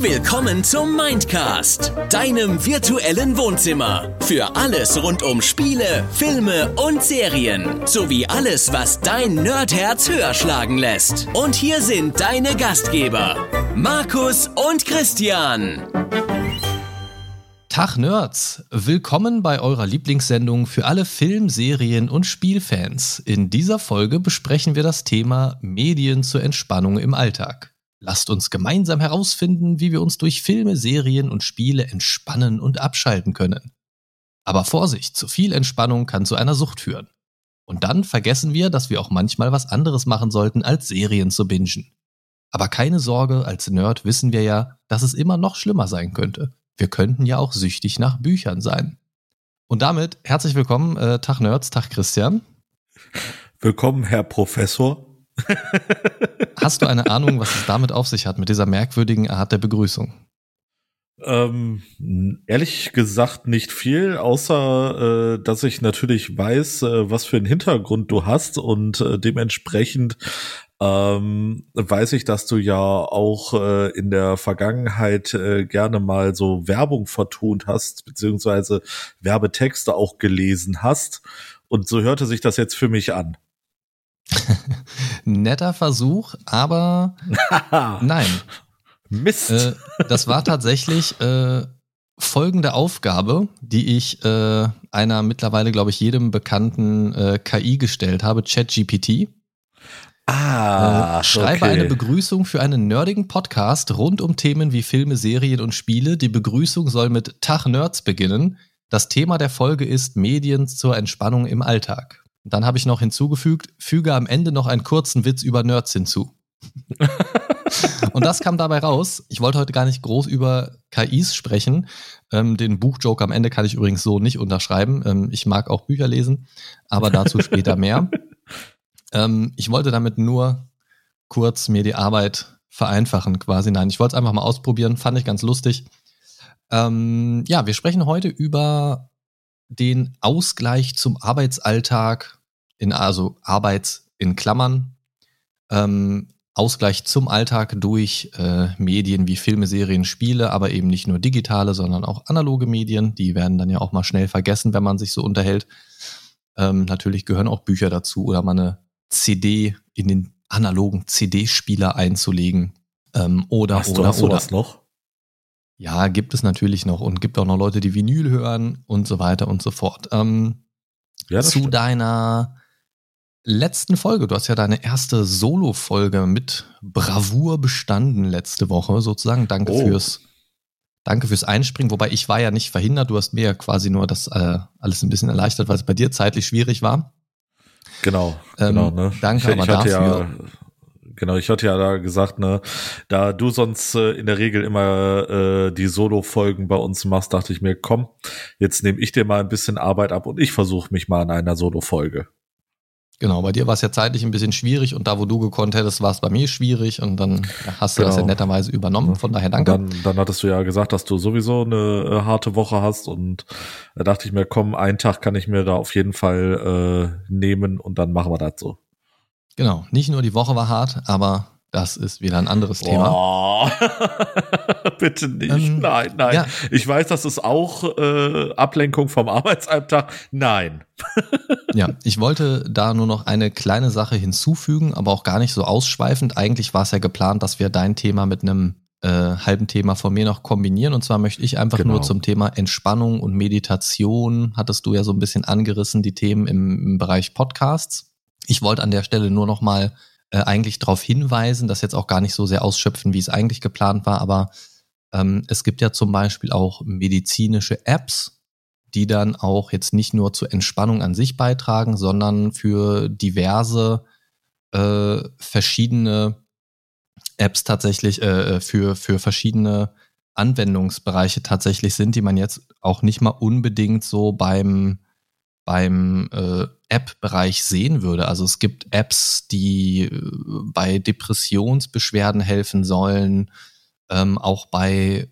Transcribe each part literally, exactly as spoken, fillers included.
Willkommen zum Mindcast, deinem virtuellen Wohnzimmer. Für alles rund um Spiele, Filme und Serien. Sowie alles, was dein Nerdherz höher schlagen lässt. Und hier sind deine Gastgeber, Markus und Christian. Tag Nerds, willkommen bei eurer Lieblingssendung für alle Film-, Serien- und Spielfans. In dieser Folge besprechen wir das Thema Medien zur Entspannung im Alltag. Lasst uns gemeinsam herausfinden, wie wir uns durch Filme, Serien und Spiele entspannen und abschalten können. Aber Vorsicht, zu viel Entspannung kann zu einer Sucht führen. Und dann vergessen wir, dass wir auch manchmal was anderes machen sollten, als Serien zu bingen. Aber keine Sorge, als Nerd wissen wir ja, dass es immer noch schlimmer sein könnte. Wir könnten ja auch süchtig nach Büchern sein. Und damit herzlich willkommen, äh, Tag Nerds, Tag Christian. Willkommen, Herr Professor. Hast du eine Ahnung, was es damit auf sich hat, mit dieser merkwürdigen Art der Begrüßung? Ähm, ehrlich gesagt nicht viel, außer äh, dass ich natürlich weiß, äh, was für einen Hintergrund du hast und äh, dementsprechend ähm, weiß ich, dass du ja auch äh, in der Vergangenheit äh, gerne mal so Werbung vertont hast, beziehungsweise Werbetexte auch gelesen hast, und so hörte sich das jetzt für mich an. Netter Versuch, aber nein. Mist. Äh, das war tatsächlich äh, folgende Aufgabe, die ich äh, einer mittlerweile, glaube ich, jedem bekannten äh, K I gestellt habe, ChatGPT. Ah, äh, Schreibe okay. eine Begrüßung für einen nerdigen Podcast rund um Themen wie Filme, Serien und Spiele. Die Begrüßung soll mit Tag Nerds beginnen. Das Thema der Folge ist Medien zur Entspannung im Alltag. Dann habe ich noch hinzugefügt, füge am Ende noch einen kurzen Witz über Nerds hinzu. Und das kam dabei raus. Ich wollte heute gar nicht groß über K Is sprechen. Ähm, den Buchjoke am Ende kann ich übrigens so nicht unterschreiben. Ähm, ich mag auch Bücher lesen, aber dazu später mehr. Ähm, ich wollte damit nur kurz mir die Arbeit vereinfachen quasi. Nein, ich wollte es einfach mal ausprobieren. Fand ich ganz lustig. Ähm, ja, wir sprechen heute über den Ausgleich zum Arbeitsalltag, in, also Arbeits in Klammern, ähm, Ausgleich zum Alltag durch äh, Medien wie Filme, Serien, Spiele, aber eben nicht nur digitale, sondern auch analoge Medien. Die werden dann ja auch mal schnell vergessen, wenn man sich so unterhält. Ähm, natürlich gehören auch Bücher dazu oder mal eine C D in den analogen C D-Spieler einzulegen. Ähm, oder, hast oder, du, hast du oder. das noch? Ja, gibt es natürlich noch und gibt auch noch Leute, die Vinyl hören und so weiter und so fort. Ähm, Ja, das zu stimmt. deiner letzten Folge, du hast ja deine erste Solo-Folge mit Bravour bestanden letzte Woche sozusagen. Danke Oh. fürs Danke fürs Einspringen, wobei ich war ja nicht verhindert, du hast mir ja quasi nur das äh, alles ein bisschen erleichtert, weil es bei dir zeitlich schwierig war. Genau, Ähm, genau, ne? danke ich, aber ich hatte dafür. Ja, genau, ich hatte ja da gesagt, ne, da du sonst äh, in der Regel immer äh, die Solo-Folgen bei uns machst, dachte ich mir, komm, jetzt nehme ich dir mal ein bisschen Arbeit ab und ich versuche mich mal an einer Solo-Folge. Genau, bei dir war es ja zeitlich ein bisschen schwierig und da, wo du gekonnt hättest, war es bei mir schwierig und dann hast du Genau. das ja netterweise übernommen, von daher danke. Und dann, dann hattest du ja gesagt, dass du sowieso eine äh, harte Woche hast, und da dachte ich mir, komm, einen Tag kann ich mir da auf jeden Fall äh, nehmen und dann machen wir das so. Genau, nicht nur die Woche war hart, aber das ist wieder ein anderes Thema. Oh. Bitte nicht. Ähm, nein, nein. ja. Ich weiß, das ist auch äh, Ablenkung vom Arbeitsalltag. Nein. Ja, ich wollte da nur noch eine kleine Sache hinzufügen, aber auch gar nicht so ausschweifend. Eigentlich war es ja geplant, dass wir dein Thema mit einem äh, halben Thema von mir noch kombinieren. Und zwar möchte ich einfach Genau. nur zum Thema Entspannung und Meditation, hattest du ja so ein bisschen angerissen, die Themen im, im Bereich Podcasts. Ich wollte an der Stelle nur noch mal äh, eigentlich darauf hinweisen, das jetzt auch gar nicht so sehr ausschöpfen, wie es eigentlich geplant war, aber ähm, es gibt ja zum Beispiel auch medizinische Apps, die dann auch jetzt nicht nur zur Entspannung an sich beitragen, sondern für diverse äh, verschiedene Apps tatsächlich, äh, für, für verschiedene Anwendungsbereiche tatsächlich sind, die man jetzt auch nicht mal unbedingt so beim beim äh, App-Bereich sehen würde. Also es gibt Apps, die äh, bei Depressionsbeschwerden helfen sollen, ähm, auch bei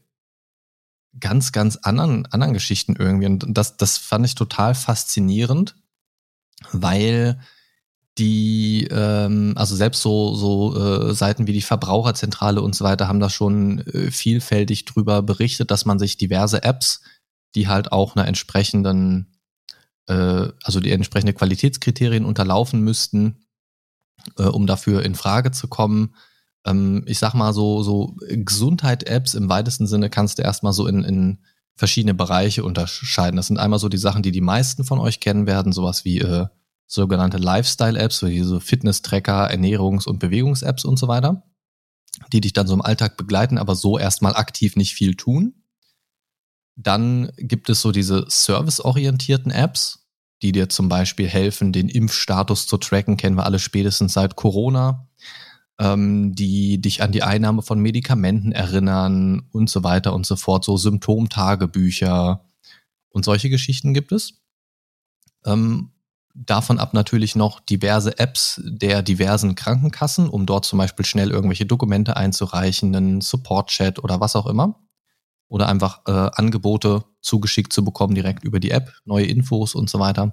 ganz, ganz anderen, anderen Geschichten irgendwie. Und das, das fand ich total faszinierend, weil Die, ähm, also selbst so, so äh, Seiten wie die Verbraucherzentrale und so weiter haben da schon äh, vielfältig drüber berichtet, dass man sich diverse Apps, die halt auch einer entsprechenden, äh, also die entsprechende Qualitätskriterien unterlaufen müssten, äh, um dafür in Frage zu kommen. Ähm, ich sag mal so, so Gesundheit-Apps im weitesten Sinne kannst du erstmal so in, in verschiedene Bereiche unterscheiden. Das sind einmal so die Sachen, die die meisten von euch kennen werden, sowas wie äh, sogenannte Lifestyle-Apps, wie so Fitness-Tracker, Ernährungs- und Bewegungs-Apps und so weiter, die dich dann so im Alltag begleiten, aber so erstmal aktiv nicht viel tun. Dann gibt es so diese serviceorientierten Apps, die dir zum Beispiel helfen, den Impfstatus zu tracken, kennen wir alle spätestens seit Corona, ähm, die dich an die Einnahme von Medikamenten erinnern und so weiter und so fort, so Symptomtagebücher und solche Geschichten gibt es. Ähm, Davon ab natürlich noch diverse Apps der diversen Krankenkassen, um dort zum Beispiel schnell irgendwelche Dokumente einzureichen, einen Support-Chat oder was auch immer. Oder einfach äh, Angebote zugeschickt zu bekommen direkt über die App, neue Infos und so weiter.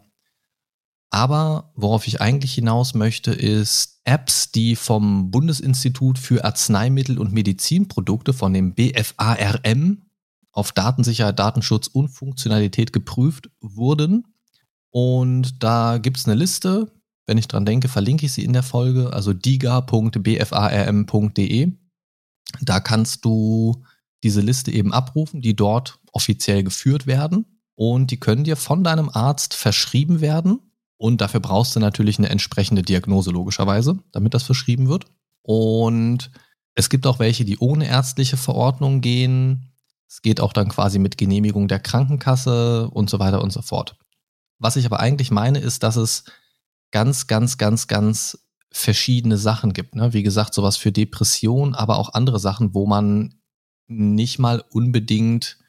Aber worauf ich eigentlich hinaus möchte, ist Apps, die vom Bundesinstitut für Arzneimittel und Medizinprodukte, von dem B F A R M, auf Datensicherheit, Datenschutz und Funktionalität geprüft wurden. Und da gibt's eine Liste, wenn ich dran denke, verlinke ich sie in der Folge, also diga punkt b f a r m punkt d e. Da kannst du diese Liste eben abrufen, die dort offiziell geführt werden, und die können dir von deinem Arzt verschrieben werden, und dafür brauchst du natürlich eine entsprechende Diagnose logischerweise, damit das verschrieben wird. Und es gibt auch welche, die ohne ärztliche Verordnung gehen. Es geht auch dann quasi mit Genehmigung der Krankenkasse und so weiter und so fort. Was ich aber eigentlich meine, ist, dass es ganz, ganz, ganz, ganz verschiedene Sachen gibt. Ne? Wie gesagt, sowas für Depression, aber auch andere Sachen, wo man nicht mal unbedingt,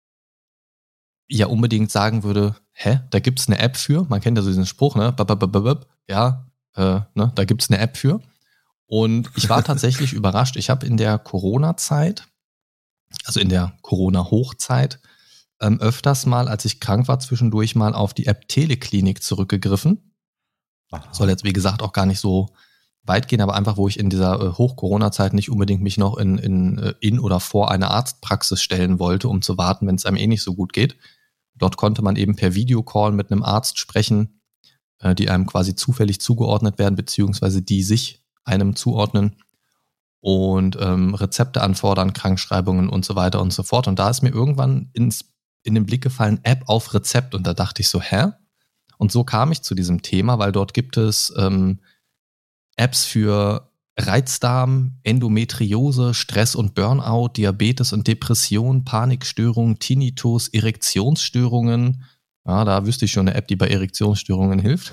ja unbedingt sagen würde, hä, da gibt's eine App für. Man kennt ja so diesen Spruch, ne? Ja, äh, ne? Da gibt's eine App für. Und ich war tatsächlich überrascht. Ich habe in der Corona-Zeit, also in der Corona-Hochzeit, öfters mal, als ich krank war, zwischendurch mal auf die App Teleklinik zurückgegriffen. Aha. Soll jetzt, wie gesagt, auch gar nicht so weit gehen, aber einfach, wo ich in dieser äh, Hoch-Corona-Zeit nicht unbedingt mich noch in, in, in oder vor eine Arztpraxis stellen wollte, um zu warten, wenn es einem eh nicht so gut geht. Dort konnte man eben per Videocall mit einem Arzt sprechen, äh, die einem quasi zufällig zugeordnet werden, beziehungsweise die sich einem zuordnen und ähm, Rezepte anfordern, Krankschreibungen und so weiter und so fort. Und da ist mir irgendwann ins in den Blick gefallen, App auf Rezept, und da dachte ich so, hä? Und so kam ich zu diesem Thema, weil dort gibt es ähm, Apps für Reizdarm, Endometriose, Stress und Burnout, Diabetes und Depression, Panikstörungen, Tinnitus, Erektionsstörungen. Ja, da wüsste ich schon eine App, die bei Erektionsstörungen hilft.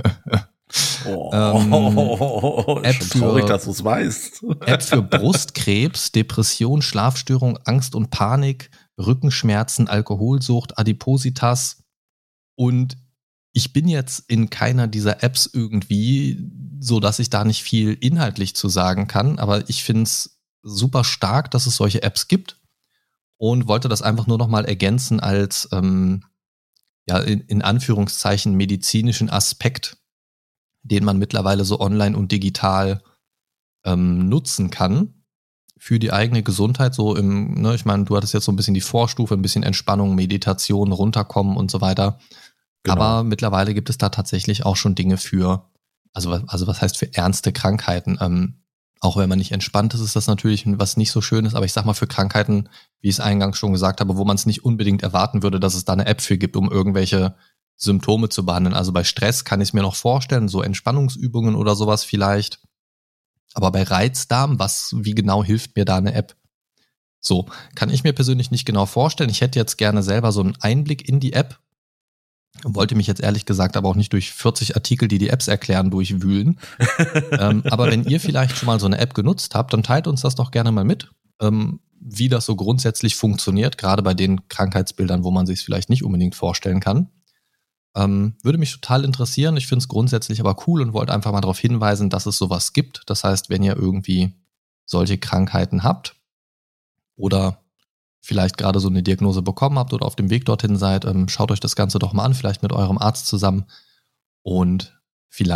Oh, ähm, App schon für, traurig, dass du es weißt. App für Brustkrebs, Depression, Schlafstörung, Angst und Panik, Rückenschmerzen, Alkoholsucht, Adipositas. Und ich bin jetzt in keiner dieser Apps irgendwie, so dass ich da nicht viel inhaltlich zu sagen kann, aber ich finde es super stark, dass es solche Apps gibt, und wollte das einfach nur noch mal ergänzen als ähm, ja in, in Anführungszeichen medizinischen Aspekt, den man mittlerweile so online und digital ähm, nutzen kann für die eigene Gesundheit. So im, ne, ich meine, du hattest jetzt so ein bisschen die Vorstufe, ein bisschen Entspannung, Meditation, runterkommen und so weiter. Genau. Aber mittlerweile gibt es da tatsächlich auch schon Dinge für, also, also was heißt für ernste Krankheiten. Ähm, auch wenn man nicht entspannt ist, ist das natürlich was nicht so Schönes, aber ich sag mal für Krankheiten, wie ich es eingangs schon gesagt habe, wo man es nicht unbedingt erwarten würde, dass es da eine App für gibt, um irgendwelche Symptome zu behandeln. Also bei Stress kann ich es mir noch vorstellen, so Entspannungsübungen oder sowas vielleicht. Aber bei Reizdarm, was, wie genau hilft mir da eine App? So, kann ich mir persönlich nicht genau vorstellen. Ich hätte jetzt gerne selber so einen Einblick in die App. Wollte mich jetzt ehrlich gesagt aber auch nicht durch vierzig Artikel, die die Apps erklären, durchwühlen. ähm, aber wenn ihr vielleicht schon mal so eine App genutzt habt, dann teilt uns das doch gerne mal mit, ähm, wie das so grundsätzlich funktioniert, gerade bei den Krankheitsbildern, wo man sich es vielleicht nicht unbedingt vorstellen kann. Ähm, würde mich total interessieren. Ich finde es grundsätzlich aber cool und wollte einfach mal darauf hinweisen, dass es sowas gibt. Das heißt, wenn ihr irgendwie solche Krankheiten habt oder vielleicht gerade so eine Diagnose bekommen habt oder auf dem Weg dorthin seid, ähm, schaut euch das Ganze doch mal an, vielleicht mit eurem Arzt zusammen, und vielleicht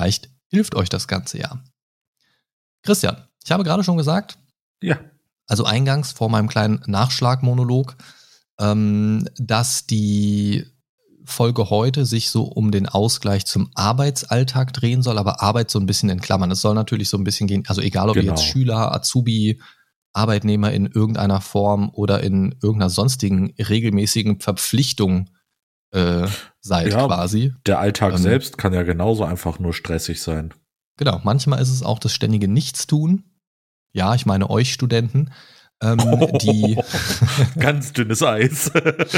hilft euch das Ganze ja. Christian, ich habe gerade schon gesagt, ja. also eingangs vor meinem kleinen Nachschlagmonolog, ähm, dass die Folge heute sich so um den Ausgleich zum Arbeitsalltag drehen soll, aber Arbeit so ein bisschen in Klammern. Es soll natürlich so ein bisschen gehen, also egal ob Genau. ihr jetzt Schüler, Azubi, Arbeitnehmer in irgendeiner Form oder in irgendeiner sonstigen regelmäßigen Verpflichtung äh, seid ja, quasi. Der Alltag ähm, selbst kann ja genauso einfach nur stressig sein. Genau, manchmal ist es auch das ständige Nichtstun. Ja, ich meine euch Studenten, ähm, die ganz dünnes Eis.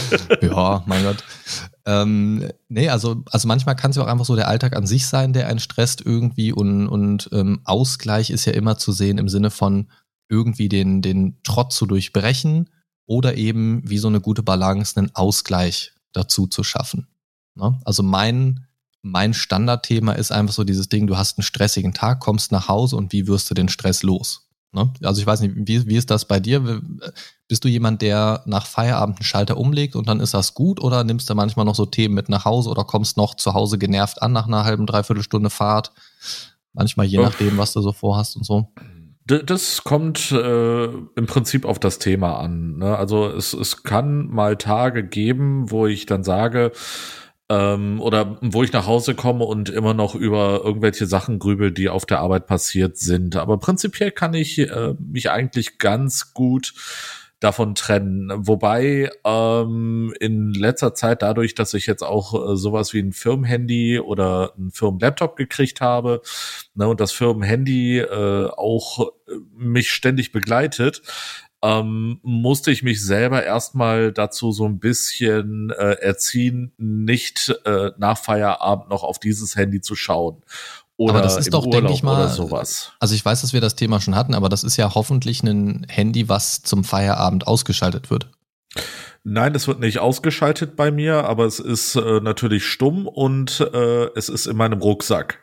ja, mein Gott. Ähm, nee, also, also manchmal kann es ja auch einfach so der Alltag an sich sein, der einen stresst irgendwie und, und ähm, Ausgleich ist ja immer zu sehen im Sinne von irgendwie den, den Trott zu durchbrechen oder eben wie so eine gute Balance einen Ausgleich dazu zu schaffen. Ne? Also mein, mein Standardthema ist einfach so dieses Ding, du hast einen stressigen Tag, kommst nach Hause und wie wirst du den Stress los? Ne? Also ich weiß nicht, wie, wie ist das bei dir? Bist du jemand, der nach Feierabend einen Schalter umlegt und dann ist das gut oder nimmst du manchmal noch so Themen mit nach Hause oder kommst noch zu Hause genervt an nach einer halben, dreiviertel Stunde Fahrt? Manchmal je nachdem, was du so vorhast und so. Das kommt äh, im Prinzip auf das Thema an. Ne? Also es, es kann mal Tage geben, wo ich dann sage, ähm, oder wo ich nach Hause komme und immer noch über irgendwelche Sachen grübel, die auf der Arbeit passiert sind. Aber prinzipiell kann ich äh, mich eigentlich ganz gut davon trennen. Wobei ähm, in letzter Zeit dadurch, dass ich jetzt auch äh, sowas wie ein Firmenhandy oder ein Firmenlaptop gekriegt habe, ne, und das Firmenhandy äh, auch mich ständig begleitet, ähm, musste ich mich selber erstmal dazu so ein bisschen äh, erziehen, nicht äh, nach Feierabend noch auf dieses Handy zu schauen. Oder aber das ist im doch, Urlaub denke ich mal, oder sowas. Also ich weiß, dass wir das Thema schon hatten, aber das ist ja hoffentlich ein Handy, was zum Feierabend ausgeschaltet wird. Nein, es wird nicht ausgeschaltet bei mir, aber es ist äh, natürlich stumm und äh, es ist in meinem Rucksack.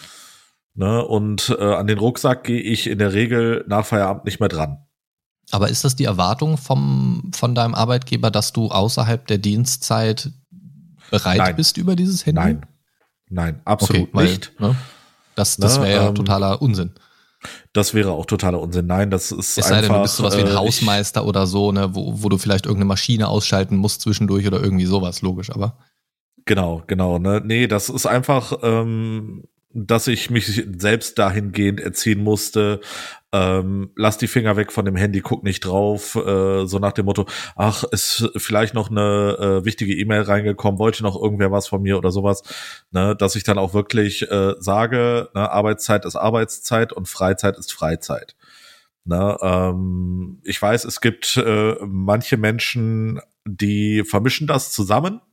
Ne? Und äh, an den Rucksack gehe ich in der Regel nach Feierabend nicht mehr dran. Aber ist das die Erwartung vom, von deinem Arbeitgeber, dass du außerhalb der Dienstzeit bereit Nein. bist über dieses Handy? Nein, nein, absolut okay, weil, nicht. Ne? Das, das wäre ja ähm, totaler Unsinn. Das wäre auch totaler Unsinn. Nein, das ist es einfach... Es sei denn, du bist sowas wie ein äh, Hausmeister oder so, ne, wo, wo du vielleicht irgendeine Maschine ausschalten musst zwischendurch oder irgendwie sowas, logisch, aber... Genau, genau. Ne? Nee, das ist einfach, ähm, dass ich mich selbst dahingehend erziehen musste, ähm, lass die Finger weg von dem Handy, guck nicht drauf, äh, so nach dem Motto, ach, ist vielleicht noch eine äh, wichtige E-Mail reingekommen, wollte noch irgendwer was von mir oder sowas, ne, dass ich dann auch wirklich äh, sage, ne, Arbeitszeit ist Arbeitszeit und Freizeit ist Freizeit. Ne, ähm, ich weiß, es gibt äh, manche Menschen, die vermischen das zusammen.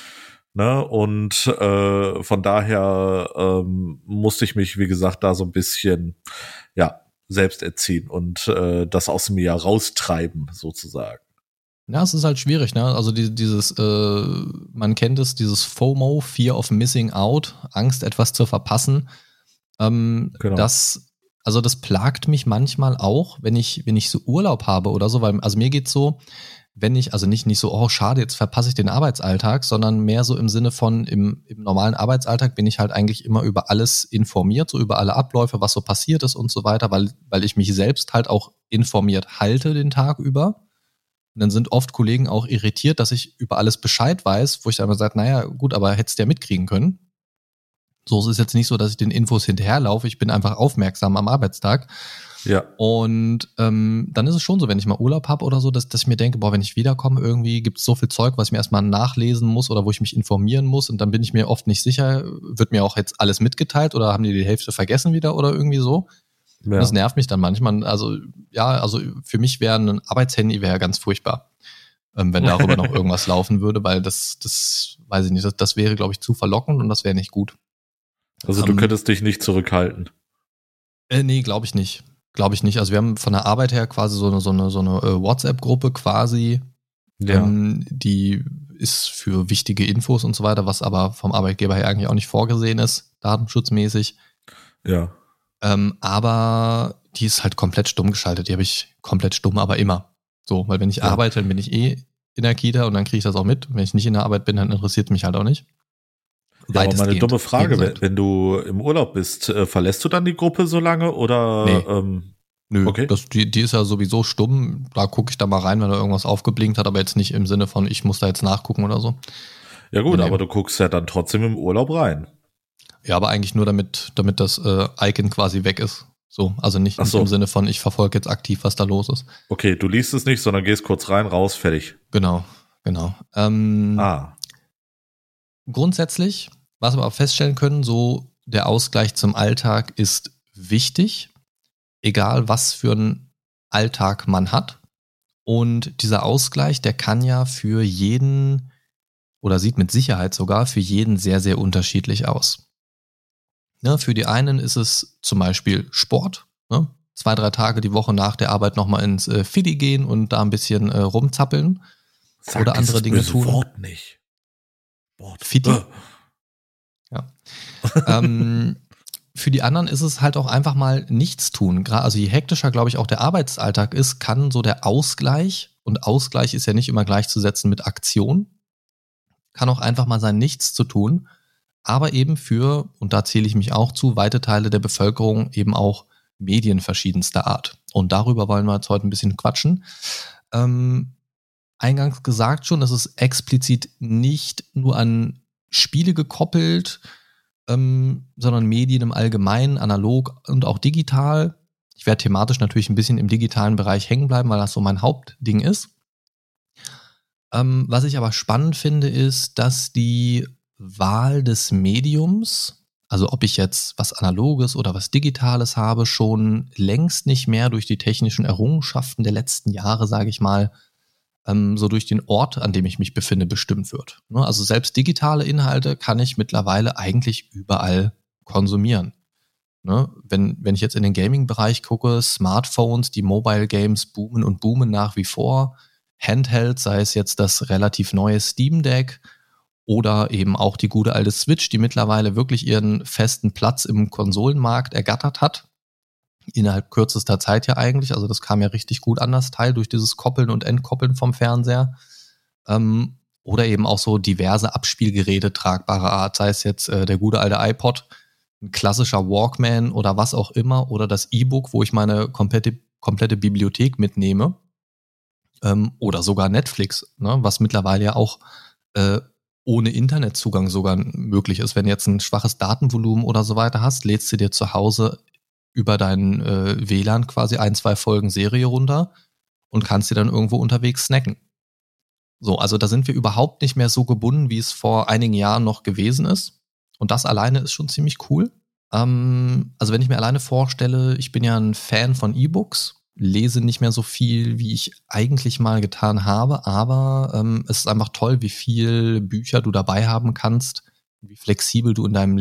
Ne, und äh, von daher ähm, musste ich mich, wie gesagt, da so ein bisschen, ja, selbst erziehen und äh, das aus mir raustreiben, sozusagen. Ja, es ist halt schwierig, ne? Also die, dieses, äh, man kennt es, dieses FOMO, Fear of Missing Out, Angst, etwas zu verpassen. Ähm, Genau. Das, also das plagt mich manchmal auch, wenn ich, wenn ich so Urlaub habe oder so, weil, also mir geht's so, wenn ich, also nicht, nicht so, oh schade, jetzt verpasse ich den Arbeitsalltag, sondern mehr so im Sinne von, im, im normalen Arbeitsalltag bin ich halt eigentlich immer über alles informiert, so über alle Abläufe, was so passiert ist und so weiter, weil, weil ich mich selbst halt auch informiert halte den Tag über. Und dann sind oft Kollegen auch irritiert, dass ich über alles Bescheid weiß, wo ich dann immer sage, naja, gut, aber hättest du ja mitkriegen können. So, es ist jetzt nicht so, dass ich den Infos hinterherlaufe, ich bin einfach aufmerksam am Arbeitstag. Ja. Und ähm, dann ist es schon so, wenn ich mal Urlaub habe oder so, dass, dass ich mir denke, boah, wenn ich wiederkomme, irgendwie gibt es so viel Zeug, was ich mir erstmal nachlesen muss oder wo ich mich informieren muss und dann bin ich mir oft nicht sicher, wird mir auch jetzt alles mitgeteilt oder haben die die Hälfte vergessen wieder oder irgendwie so. Ja. Das nervt mich dann manchmal. Also ja, also für mich wäre ein Arbeitshandy wäre ganz furchtbar, ähm, wenn darüber noch irgendwas laufen würde, weil das, das weiß ich nicht, das, das wäre, glaube ich, zu verlockend und das wäre nicht gut. Also du ähm, könntest dich nicht zurückhalten? Äh, nee, glaube ich nicht. Glaube ich nicht. Also wir haben von der Arbeit her quasi so eine, so eine, so eine äh, WhatsApp-Gruppe quasi, ja. ähm, die ist für wichtige Infos und so weiter, was aber vom Arbeitgeber her eigentlich auch nicht vorgesehen ist, datenschutzmäßig. Ja. Ähm, aber die ist halt komplett stumm geschaltet. Die habe ich komplett stumm, aber immer. So, weil wenn ich ja. arbeite, dann bin ich eh in der Kita und dann kriege ich das auch mit. Wenn ich nicht in der Arbeit bin, dann interessiert es mich halt auch nicht. Ja, aber meine dumme Frage, wenn, wenn du im Urlaub bist, äh, verlässt du dann die Gruppe so lange oder? Nee. Ähm, Nö, okay. das, die, die ist ja sowieso stumm. Da gucke ich da mal rein, wenn da irgendwas aufgeblinkt hat, aber jetzt nicht im Sinne von, ich muss da jetzt nachgucken oder so. Ja gut, Nee. aber du guckst ja dann trotzdem im Urlaub rein. Ja, aber eigentlich nur damit, damit das äh, Icon quasi weg ist. So, also nicht, Ach so. nicht im Sinne von, ich verfolge jetzt aktiv, was da los ist. Okay, du liest es nicht, sondern gehst kurz rein, raus, fertig. Genau, genau. Ähm, Ah. Grundsätzlich, was wir aber feststellen können, so der Ausgleich zum Alltag ist wichtig, egal was für einen Alltag man hat. Und dieser Ausgleich, der kann ja für jeden oder sieht mit Sicherheit sogar für jeden sehr, sehr unterschiedlich aus. Ne, für die einen ist es zum Beispiel Sport, ne? Zwei, drei Tage die Woche nach der Arbeit nochmal ins äh, Fiddy gehen und da ein bisschen äh, rumzappeln. Sag oder andere Dinge tun. Wort nicht. Wort. Fiddy? Ja. ähm, für die anderen ist es halt auch einfach mal nichts tun. Also je hektischer, glaube ich, auch der Arbeitsalltag ist, kann so der Ausgleich, und Ausgleich ist ja nicht immer gleichzusetzen mit Aktion, kann auch einfach mal sein, nichts zu tun, aber eben für, und da zähle ich mich auch zu, weite Teile der Bevölkerung eben auch Medien verschiedenster Art. Und darüber wollen wir jetzt heute ein bisschen quatschen. Ähm, eingangs gesagt schon, das ist explizit nicht nur an Spiele gekoppelt, ähm, sondern Medien im Allgemeinen, analog und auch digital. Ich werde thematisch natürlich ein bisschen im digitalen Bereich hängen bleiben, weil das so mein Hauptding ist. Ähm, was ich aber spannend finde, ist, dass die Wahl des Mediums, also ob ich jetzt was Analoges oder was Digitales habe, schon längst nicht mehr durch die technischen Errungenschaften der letzten Jahre, sage ich mal, ähm, so durch den Ort, an dem ich mich befinde, bestimmt wird. Ne? Also selbst digitale Inhalte kann ich mittlerweile eigentlich überall konsumieren. Ne? Wenn, wenn ich jetzt in den Gaming-Bereich gucke, Smartphones, die Mobile Games boomen und boomen nach wie vor. Handheld, sei es jetzt das relativ neue Steam Deck oder eben auch die gute alte Switch, die mittlerweile wirklich ihren festen Platz im Konsolenmarkt ergattert hat. Innerhalb kürzester Zeit ja eigentlich. Also das kam ja richtig gut an, das Teil, durch dieses Koppeln und Entkoppeln vom Fernseher. Ähm, oder eben auch so diverse Abspielgeräte tragbarer Art, sei es jetzt äh, der gute alte iPod, ein klassischer Walkman oder was auch immer, oder das E-Book, wo ich meine komplette, komplette Bibliothek mitnehme. Ähm, oder sogar Netflix, ne, was mittlerweile ja auch äh, ohne Internetzugang sogar möglich ist. Wenn du jetzt ein schwaches Datenvolumen oder so weiter hast, lädst du dir zu Hause über deinen äh, W L A N quasi ein, zwei Folgen Serie runter und kannst dir dann irgendwo unterwegs snacken. So, also da sind wir überhaupt nicht mehr so gebunden, wie es vor einigen Jahren noch gewesen ist. Und das alleine ist schon ziemlich cool. Ähm, also wenn ich mir alleine vorstelle, ich bin ja ein Fan von E-Books, lese nicht mehr so viel, wie ich eigentlich mal getan habe, aber ähm, es ist einfach toll, wie viel Bücher du dabei haben kannst, wie flexibel du in deinem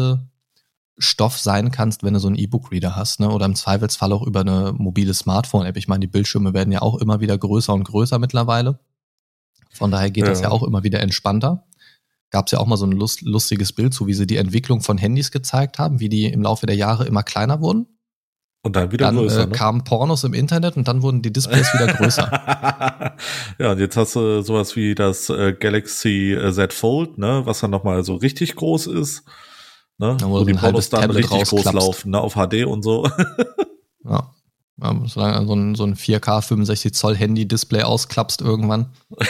Lesestoff sein kannst, wenn du so einen E-Book-Reader hast, ne? Oder im Zweifelsfall auch über eine mobile Smartphone-App. Ich meine, die Bildschirme werden ja auch immer wieder größer und größer mittlerweile. Von daher geht ja. das ja auch immer wieder entspannter. Gab es ja auch mal so ein lust, lustiges Bild, so wie sie die Entwicklung von Handys gezeigt haben, wie die im Laufe der Jahre immer kleiner wurden. Und dann wieder dann, größer, äh, ne? kamen Pornos im Internet und dann wurden die Displays wieder größer. Ja, und jetzt hast du sowas wie das äh, Galaxy äh, Z Fold, ne, was dann nochmal so richtig groß ist, ne, ja, wo, wo die Pornos dann Tablet richtig groß laufen, ne, auf H D und so. Ja, ja, solange so ein, so ein vier K fünfundsechzig Zoll Handy-Display ausklappst irgendwann,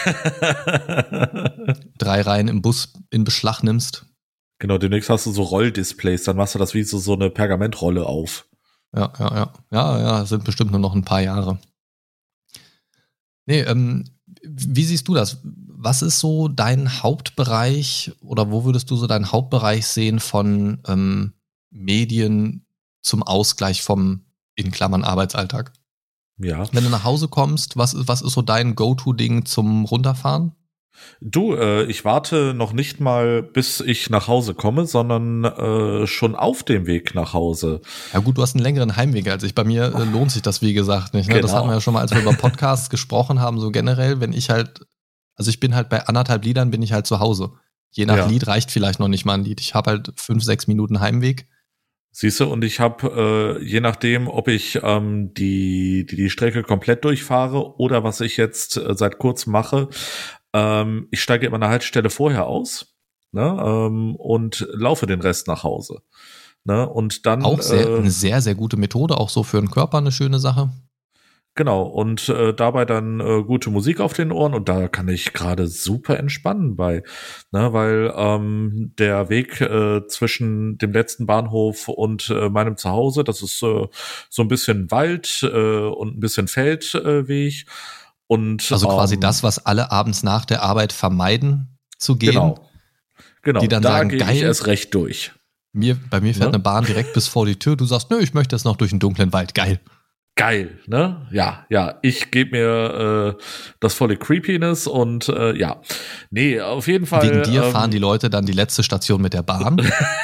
drei Reihen im Bus in Beschlag nimmst. Genau, demnächst hast du so Rolldisplays, dann machst du das wie so, so eine Pergamentrolle auf. Ja, ja, ja. Ja, ja, sind bestimmt nur noch ein paar Jahre. Nee, ähm, wie siehst du das? Was ist so dein Hauptbereich oder wo würdest du so deinen Hauptbereich sehen von ähm, Medien zum Ausgleich vom, in Klammern, Arbeitsalltag? Ja. Wenn du nach Hause kommst, was ist, was ist so dein Go-To-Ding zum Runterfahren? Du, äh, ich warte noch nicht mal, bis ich nach Hause komme, sondern äh, schon auf dem Weg nach Hause. Ja gut, du hast einen längeren Heimweg als ich. Bei mir äh, lohnt sich das, wie gesagt, nicht. Ne? Genau. Das hatten wir ja schon mal, als wir über Podcasts gesprochen haben, so generell, wenn ich halt, also ich bin halt bei anderthalb Liedern, bin ich halt zu Hause. Je nach ja. Lied reicht vielleicht noch nicht mal ein Lied. Ich habe halt fünf, sechs Minuten Heimweg. Siehst du, und ich habe, äh, je nachdem, ob ich ähm, die, die die Strecke komplett durchfahre oder was ich jetzt äh, seit kurzem mache, ich steige immer eine Haltestelle vorher aus, ne, ähm, und laufe den Rest nach Hause. Ne, und dann Auch sehr, äh, eine sehr, sehr gute Methode, auch so für den Körper eine schöne Sache. Genau, und äh, dabei dann äh, gute Musik auf den Ohren und da kann ich gerade super entspannen bei, ne, weil ähm, der Weg äh, zwischen dem letzten Bahnhof und äh, meinem Zuhause, das ist äh, so ein bisschen Wald äh, und ein bisschen Feldweg. Und Also quasi ähm, das, was alle abends nach der Arbeit vermeiden zu gehen. Genau, genau, Die dann da sagen, gehe ich geil. erst recht durch. Mir, bei mir fährt Ne? eine Bahn direkt bis vor die Tür. Du sagst, nö, ich möchte jetzt noch durch den dunklen Wald. Geil. Geil, ne? Ja, ja, ich gebe mir äh, das volle Creepiness und äh, ja. Nee, auf jeden Fall. Wegen dir ähm, fahren die Leute dann die letzte Station mit der Bahn.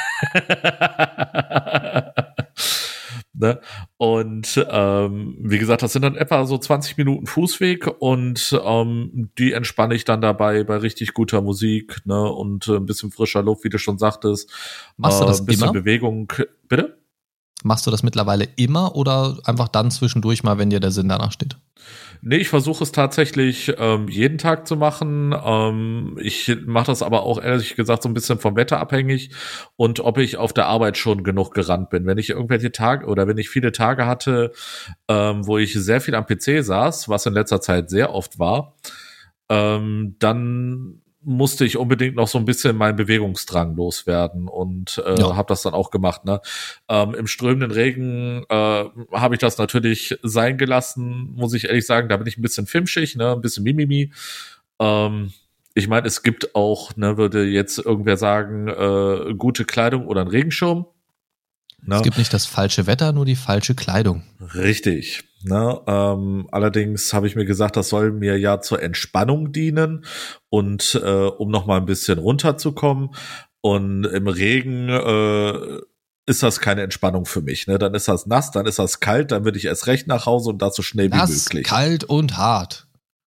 ne? Und ähm, wie gesagt, das sind dann etwa so zwanzig Minuten Fußweg und ähm, die entspanne ich dann dabei bei richtig guter Musik, ne? Und äh, ein bisschen frischer Luft, wie du schon sagtest. Machst du das äh, ein bisschen immer? Bewegung. Bitte? Machst du das mittlerweile immer oder einfach dann zwischendurch mal, wenn dir der Sinn danach steht? Nee, ich versuche es tatsächlich ähm, jeden Tag zu machen. Ähm, ich mache das aber auch ehrlich gesagt so ein bisschen vom Wetter abhängig und ob ich auf der Arbeit schon genug gerannt bin. Wenn ich irgendwelche Tage oder wenn ich viele Tage hatte, ähm, wo ich sehr viel am P C saß, was in letzter Zeit sehr oft war, ähm, dann musste ich unbedingt noch so ein bisschen meinen Bewegungsdrang loswerden und äh, Ja. habe das dann auch gemacht. Ne? Ähm, Im strömenden Regen äh, habe ich das natürlich sein gelassen, muss ich ehrlich sagen. Da bin ich ein bisschen filmschig, ne, ein bisschen Mimimi. Ähm, ich meine, es gibt auch, ne, würde jetzt irgendwer sagen, äh, gute Kleidung oder einen Regenschirm. Ne? Es gibt nicht das falsche Wetter, nur die falsche Kleidung. Richtig. Ne, ähm, allerdings habe ich mir gesagt, das soll mir ja zur Entspannung dienen und äh, um noch mal ein bisschen runterzukommen. Und im Regen äh, ist das keine Entspannung für mich. Ne? Dann ist das nass, dann ist das kalt, dann würde ich erst recht nach Hause und das so schnell Nass, wie möglich. kalt und hart.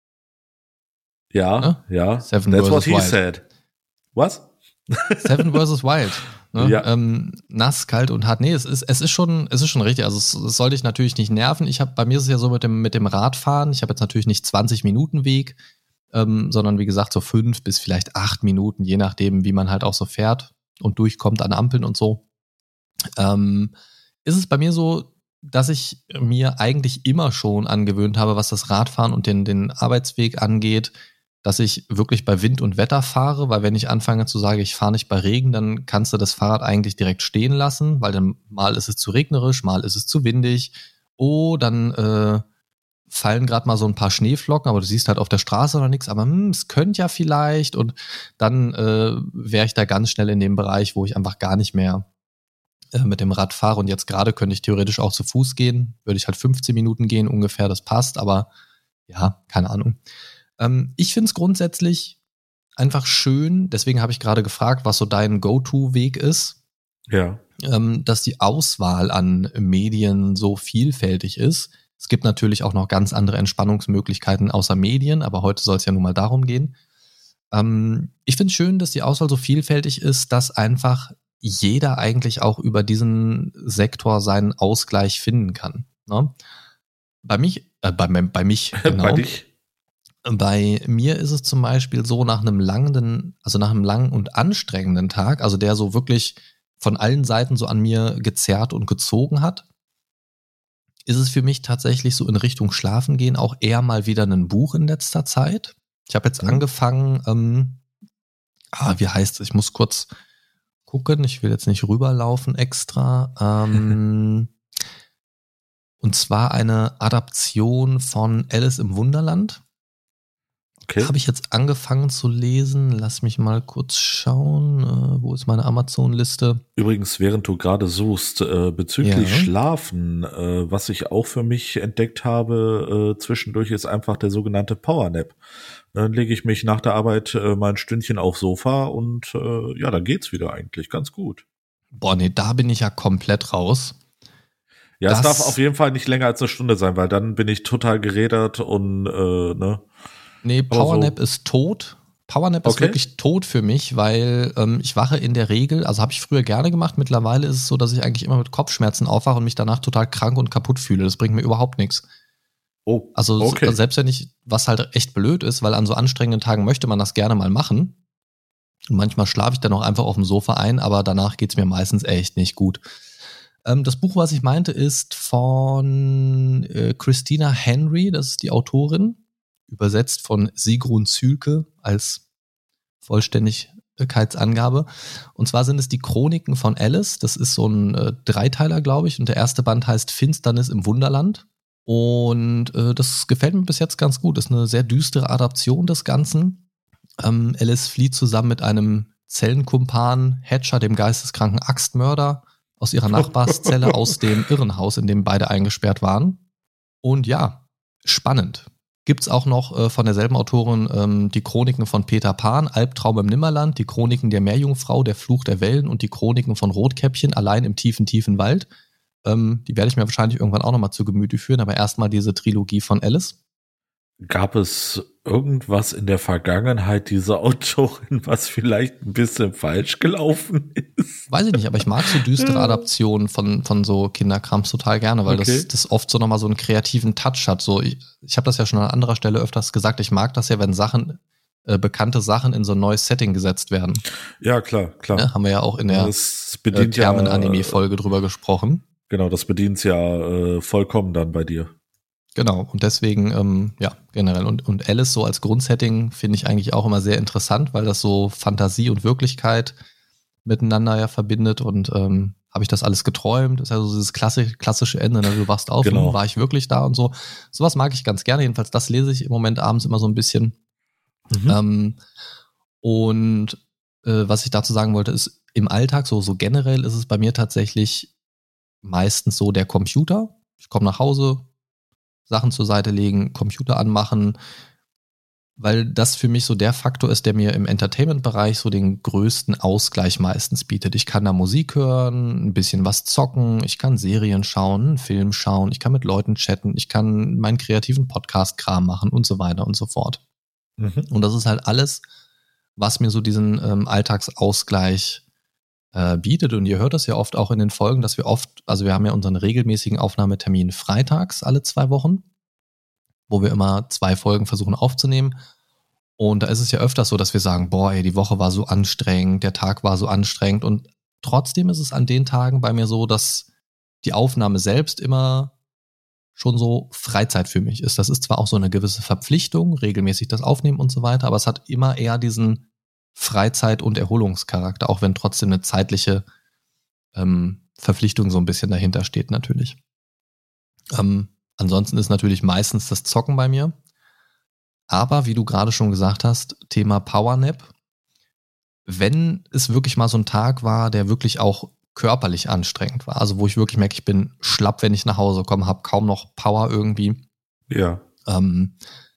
Ja, Ne? ja. Seven That's what versus he Wild. said. Was? Seven versus Wild. Ne? Ja. Ähm, nass, kalt und hart. Nee, es ist, es ist schon, es ist schon richtig. Also es, es soll dich natürlich nicht nerven. Ich habe, bei mir ist es ja so mit dem, mit dem Radfahren. Ich habe jetzt natürlich nicht zwanzig Minuten Weg, ähm, sondern wie gesagt so fünf bis vielleicht acht Minuten, je nachdem, wie man halt auch so fährt und durchkommt an Ampeln und so. Ähm, ist es bei mir so, dass ich mir eigentlich immer schon angewöhnt habe, was das Radfahren und den, den Arbeitsweg angeht, dass ich wirklich bei Wind und Wetter fahre, weil wenn ich anfange zu sagen, ich fahre nicht bei Regen, dann kannst du das Fahrrad eigentlich direkt stehen lassen, weil dann mal ist es zu regnerisch, mal ist es zu windig. Oh, dann äh, fallen gerade mal so ein paar Schneeflocken, aber du siehst halt auf der Straße noch nichts, aber hm, es könnte ja vielleicht und dann äh, wäre ich da ganz schnell in dem Bereich, wo ich einfach gar nicht mehr äh, mit dem Rad fahre und jetzt gerade könnte ich theoretisch auch zu Fuß gehen, würde ich halt fünfzehn Minuten gehen ungefähr, das passt, aber ja, keine Ahnung. Ich finde es grundsätzlich einfach schön, deswegen habe ich gerade gefragt, was so dein Go-To-Weg ist, Ja. ähm, dass die Auswahl an Medien so vielfältig ist. Es gibt natürlich auch noch ganz andere Entspannungsmöglichkeiten außer Medien, aber heute soll es ja nun mal darum gehen. Ähm, ich finde es schön, dass die Auswahl so vielfältig ist, dass einfach jeder eigentlich auch über diesen Sektor seinen Ausgleich finden kann. Ne? Bei mich, äh, bei, bei mich, genau. Bei dich? Bei mir ist es zum Beispiel so, nach einem langen, also nach einem langen und anstrengenden Tag, also der so wirklich von allen Seiten so an mir gezerrt und gezogen hat, ist es für mich tatsächlich so in Richtung Schlafen gehen auch eher mal wieder ein Buch in letzter Zeit. Ich habe jetzt Mhm. angefangen, ähm, ah, wie heißt es? Ich muss kurz gucken, ich will jetzt nicht rüberlaufen extra. Ähm, und zwar eine Adaption von Alice im Wunderland. Okay. Habe ich jetzt angefangen zu lesen. Lass mich mal kurz schauen. Äh, wo ist meine Amazon-Liste? Übrigens, während du gerade suchst, äh, bezüglich Ja. Schlafen, äh, was ich auch für mich entdeckt habe, äh, zwischendurch ist einfach der sogenannte Powernap. Dann lege ich mich nach der Arbeit äh, mal ein Stündchen aufs Sofa und äh, ja, dann geht's wieder eigentlich ganz gut. Boah, nee, da bin ich ja komplett raus. Ja, Das- es darf auf jeden Fall nicht länger als eine Stunde sein, weil dann bin ich total gerädert und äh, ne. Nee, Aber Powernap so- ist tot. Powernap ist Okay. wirklich tot für mich, weil ähm, ich wache in der Regel, also habe ich früher gerne gemacht, mittlerweile ist es so, dass ich eigentlich immer mit Kopfschmerzen aufwache und mich danach total krank und kaputt fühle. Das bringt mir überhaupt nichts. Oh, Also okay. selbst wenn ich, was halt echt blöd ist, weil an so anstrengenden Tagen möchte man das gerne mal machen. Und manchmal schlafe ich dann auch einfach auf dem Sofa ein, aber danach geht's mir meistens echt nicht gut. Ähm, das Buch, was ich meinte, ist von äh, Christina Henry, das ist die Autorin, übersetzt von Sigrun Zühlke als Vollständigkeitsangabe. Und zwar sind es die Chroniken von Alice. Das ist so ein äh, Dreiteiler, glaube ich. Und der erste Band heißt Finsternis im Wunderland. Und äh, das gefällt mir bis jetzt ganz gut. Das ist eine sehr düstere Adaption des Ganzen. Ähm, Alice flieht zusammen mit einem Zellenkumpan, Hatcher, dem geisteskranken Axtmörder, aus ihrer Nachbarszelle aus dem Irrenhaus, in dem beide eingesperrt waren. Und ja, spannend. Gibt's auch noch äh, von derselben Autorin ähm, die Chroniken von Peter Pan, Albtraum im Nimmerland, die Chroniken der Meerjungfrau, der Fluch der Wellen und die Chroniken von Rotkäppchen, allein im tiefen, tiefen Wald. Ähm, die werde ich mir wahrscheinlich irgendwann auch nochmal zu Gemüte führen, aber erstmal diese Trilogie von Alice. Gab es irgendwas in der Vergangenheit dieser Autorin, was vielleicht ein bisschen falsch gelaufen ist? Weiß ich nicht, aber ich mag so düstere Adaptionen von, von so Kinderkrams total gerne, weil okay. das, das oft so nochmal so einen kreativen Touch hat. So, ich ich habe das ja schon an anderer Stelle öfters gesagt, ich mag das ja, wenn Sachen, äh, bekannte Sachen in so ein neues Setting gesetzt werden. Ja, klar, klar. Ja, haben wir ja auch in der das bedient äh, ja, Termen-Anime-Folge drüber gesprochen. Genau, das bedient ja äh, vollkommen dann bei dir. Genau, und deswegen, ähm, ja, generell. Und, und Alice so als Grundsetting finde ich eigentlich auch immer sehr interessant, weil das so Fantasie und Wirklichkeit miteinander ja verbindet. Und ähm, habe ich das alles geträumt? Das ist ja so dieses klassische, klassische Ende, ne? Du wachst auf genau. und war ich wirklich da und so. Sowas mag ich ganz gerne. Jedenfalls, das lese ich im Moment abends immer so ein bisschen. Mhm. Ähm, und äh, was ich dazu sagen wollte, ist, im Alltag, so, so generell ist es bei mir tatsächlich meistens so der Computer. Ich komme nach Hause, Sachen zur Seite legen, Computer anmachen, weil das für mich so der Faktor ist, der mir im Entertainment-Bereich so den größten Ausgleich meistens bietet. Ich kann da Musik hören, ein bisschen was zocken, ich kann Serien schauen, einen Film schauen, ich kann mit Leuten chatten, ich kann meinen kreativen Podcast-Kram machen und so weiter und so fort. Mhm. Und das ist halt alles, was mir so diesen ähm, Alltagsausgleich äh, bietet. Und ihr hört das ja oft auch in den Folgen, dass wir oft, also wir haben ja unseren regelmäßigen Aufnahmetermin freitags alle zwei Wochen, wo wir immer zwei Folgen versuchen aufzunehmen. Und da ist es ja öfters so, dass wir sagen, boah, ey, die Woche war so anstrengend, der Tag war so anstrengend. Und trotzdem ist es an den Tagen bei mir so, dass die Aufnahme selbst immer schon so Freizeit für mich ist. Das ist zwar auch so eine gewisse Verpflichtung, regelmäßig das Aufnehmen und so weiter, aber es hat immer eher diesen Freizeit- und Erholungscharakter, auch wenn trotzdem eine zeitliche ähm, Verpflichtung so ein bisschen dahinter steht natürlich. Ähm, ansonsten ist natürlich meistens das Zocken bei mir. Aber wie du gerade schon gesagt hast, Thema Powernap, wenn es wirklich mal so ein Tag war, der wirklich auch körperlich anstrengend war, also wo ich wirklich merke, ich bin schlapp, wenn ich nach Hause komme, habe kaum noch Power irgendwie. Ja. Ähm,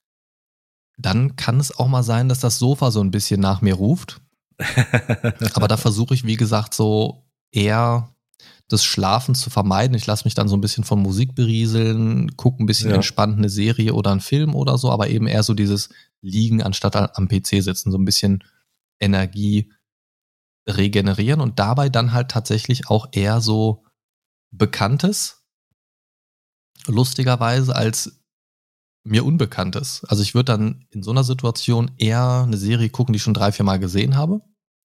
dann kann es auch mal sein, dass das Sofa so ein bisschen nach mir ruft. Aber da versuche ich, wie gesagt, so eher das Schlafen zu vermeiden. Ich lasse mich dann so ein bisschen von Musik berieseln, gucke ein bisschen ja. entspannt eine Serie oder einen Film oder so, aber eben eher so dieses Liegen anstatt am P C sitzen, so ein bisschen Energie regenerieren und dabei dann halt tatsächlich auch eher so Bekanntes, lustigerweise, als mir Unbekanntes. Also ich würde dann in so einer Situation eher eine Serie gucken, die ich schon drei, vier Mal gesehen habe,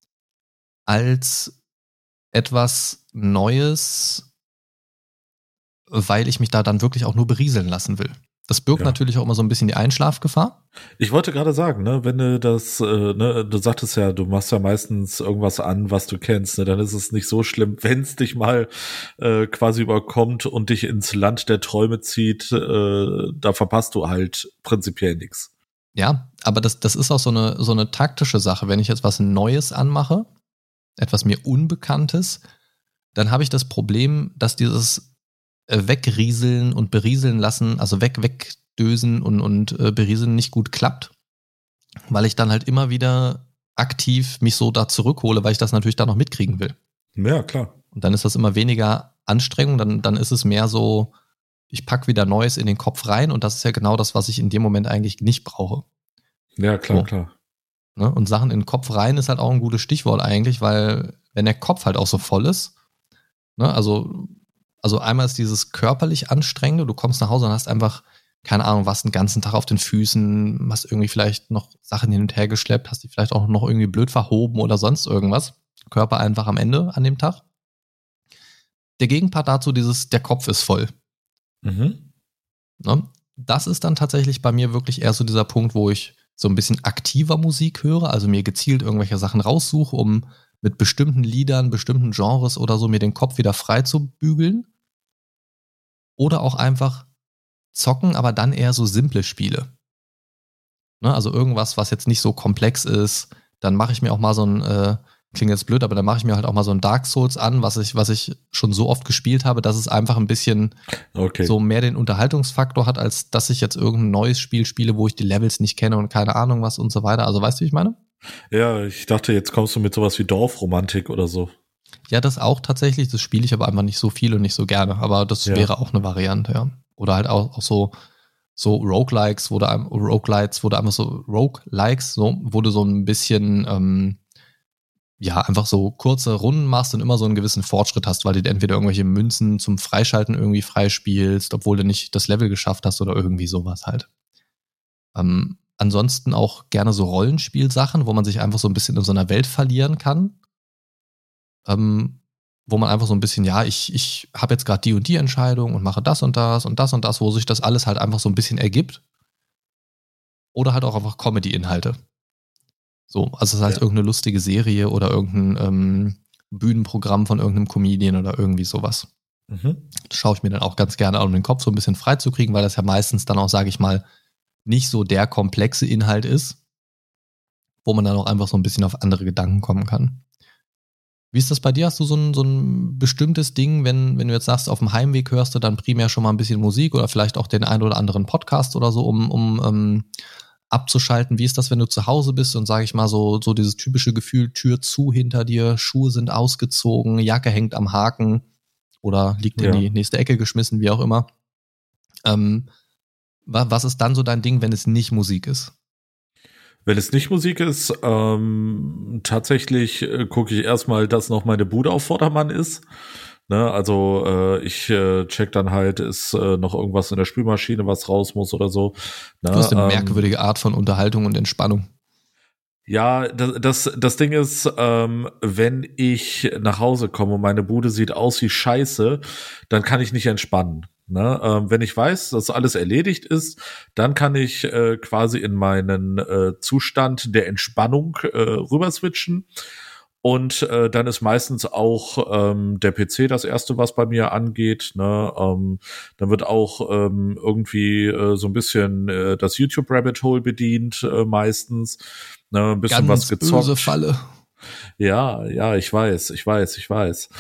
als etwas Neues, weil ich mich da dann wirklich auch nur berieseln lassen will. Das birgt ja. natürlich auch immer so ein bisschen die Einschlafgefahr. Ich wollte gerade sagen, ne, wenn du das, äh, ne, du sagtest ja, du machst ja meistens irgendwas an, was du kennst, ne, dann ist es nicht so schlimm, wenn es dich mal äh, quasi überkommt und dich ins Land der Träume zieht, äh, da verpasst du halt prinzipiell nichts. Ja, aber das, das ist auch so eine, so eine taktische Sache. Wenn ich jetzt was Neues anmache, etwas mir Unbekanntes, dann habe ich das Problem, dass dieses wegrieseln und berieseln lassen, also weg, wegdösen und, und äh, berieseln nicht gut klappt, weil ich dann halt immer wieder aktiv mich so da zurückhole, weil ich das natürlich da noch mitkriegen will. Ja, klar. Und dann ist das immer weniger Anstrengung, dann, dann ist es mehr so, ich pack wieder Neues in den Kopf rein und das ist ja genau das, was ich in dem Moment eigentlich nicht brauche. Ja, klar, so. klar. Ne? Und Sachen in den Kopf rein ist halt auch ein gutes Stichwort eigentlich, weil wenn der Kopf halt auch so voll ist, ne, also Also einmal ist dieses körperlich Anstrengende, du kommst nach Hause und hast einfach keine Ahnung, warst den ganzen Tag auf den Füßen, hast irgendwie vielleicht noch Sachen hin und her geschleppt, hast die vielleicht auch noch irgendwie blöd verhoben oder sonst irgendwas. Körper einfach am Ende an dem Tag. Der Gegenpart dazu, dieses, der Kopf ist voll. Mhm. Ne? Das ist dann tatsächlich bei mir wirklich eher so dieser Punkt, wo ich so ein bisschen aktiver Musik höre, also mir gezielt irgendwelche Sachen raussuche, um mit bestimmten Liedern, bestimmten Genres oder so mir den Kopf wieder frei zu bügeln. Oder auch einfach zocken, aber dann eher so simple Spiele. Ne? Also irgendwas, was jetzt nicht so komplex ist. Dann mache ich mir auch mal so ein, äh, klingt jetzt blöd, aber dann mache ich mir halt auch mal so ein Dark Souls an, was ich, was ich schon so oft gespielt habe, dass es einfach ein bisschen okay. so mehr den Unterhaltungsfaktor hat, als dass ich jetzt irgendein neues Spiel spiele, wo ich die Levels nicht kenne und keine Ahnung was und so weiter. Also weißt du, wie ich meine? Ja, ich dachte, jetzt kommst du mit sowas wie Dorfromantik oder so. Ja, das auch tatsächlich. Das spiele ich aber einfach nicht so viel und nicht so gerne. Aber das Ja. wäre auch eine Variante, ja. Oder halt auch, auch so, so Roguelikes, wo du, einem- Roguelites, wo du einfach so, Roguelikes, so, wo du so ein bisschen, ähm, ja, einfach so kurze Runden machst und immer so einen gewissen Fortschritt hast, weil du dir entweder irgendwelche Münzen zum Freischalten irgendwie freispielst, obwohl du nicht das Level geschafft hast oder irgendwie sowas halt. Ähm, ansonsten auch gerne so Rollenspielsachen, wo man sich einfach so ein bisschen in so einer Welt verlieren kann. Ähm, wo man einfach so ein bisschen, ja, ich, ich habe jetzt gerade die und die Entscheidung und mache das und das und das und das, wo sich das alles halt einfach so ein bisschen ergibt. Oder halt auch einfach Comedy-Inhalte. So, also es ist halt Ja. irgendeine lustige Serie oder irgendein ähm, Bühnenprogramm von irgendeinem Comedian oder irgendwie sowas. Mhm. Das schaue ich mir dann auch ganz gerne an, um den Kopf so ein bisschen frei zu kriegen, weil das ja meistens dann auch, sage ich mal, nicht so der komplexe Inhalt ist, wo man dann auch einfach so ein bisschen auf andere Gedanken kommen kann. Wie ist das bei dir? Hast du so ein, so ein bestimmtes Ding, wenn, wenn du jetzt sagst, auf dem Heimweg hörst du dann primär schon mal ein bisschen Musik oder vielleicht auch den einen oder anderen Podcast oder so, um, um ähm, abzuschalten? Wie ist das, wenn du zu Hause bist und, sage ich mal, so, so dieses typische Gefühl, Tür zu hinter dir, Schuhe sind ausgezogen, Jacke hängt am Haken oder liegt in Ja. die nächste Ecke geschmissen, wie auch immer. Ähm, wa- was ist dann so dein Ding, wenn es nicht Musik ist? Wenn es nicht Musik ist, ähm, tatsächlich äh, gucke ich erstmal, dass noch meine Bude auf Vordermann ist. Ne, also äh, ich äh, check dann halt, ist äh, noch irgendwas in der Spülmaschine, was raus muss oder so. Ne, Du hast eine ähm, merkwürdige Art von Unterhaltung und Entspannung. Ja, das, das, das Ding ist, ähm, wenn ich nach Hause komme und meine Bude sieht aus wie Scheiße, dann kann ich nicht entspannen. Ne? Ähm, wenn ich weiß, dass alles erledigt ist, dann kann ich äh, quasi in meinen äh, Zustand der Entspannung äh, rüber switchen. Und äh, dann ist meistens auch ähm, der P C das Erste, was bei mir angeht. Ne? Ähm, dann wird auch ähm, irgendwie äh, so ein bisschen äh, das YouTube-Rabbit-Hole bedient, äh, meistens. Ne? Ein bisschen Ganz was gezockt. böse Falle. Ja, ja, ich weiß, ich weiß, ich weiß.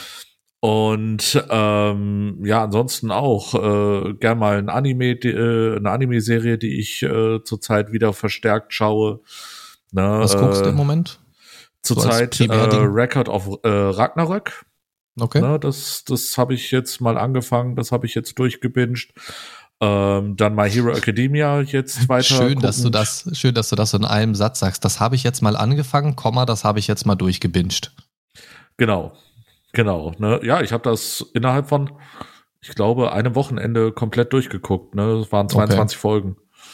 Und ähm, ja, ansonsten auch äh, gern mal ein Anime, die, äh, eine Anime-Serie, die ich äh, zurzeit wieder verstärkt schaue. Ne, Was guckst du im äh, Moment? Zurzeit So äh, als Primärding? Record of äh, Ragnarök. Okay. Ne, das das habe ich jetzt mal angefangen, das habe ich jetzt durchgebinged. Ähm, dann My Hero Academia jetzt weiter. Schön, dass du guckend. das, schön, dass du das in einem Satz sagst. Das habe ich jetzt mal angefangen, Komma, das habe ich jetzt mal durchgebinged. Genau, genau. Ne? Ja, ich habe das innerhalb von, ich glaube, einem Wochenende komplett durchgeguckt. Ne? Das waren zweiundzwanzig Okay. Folgen.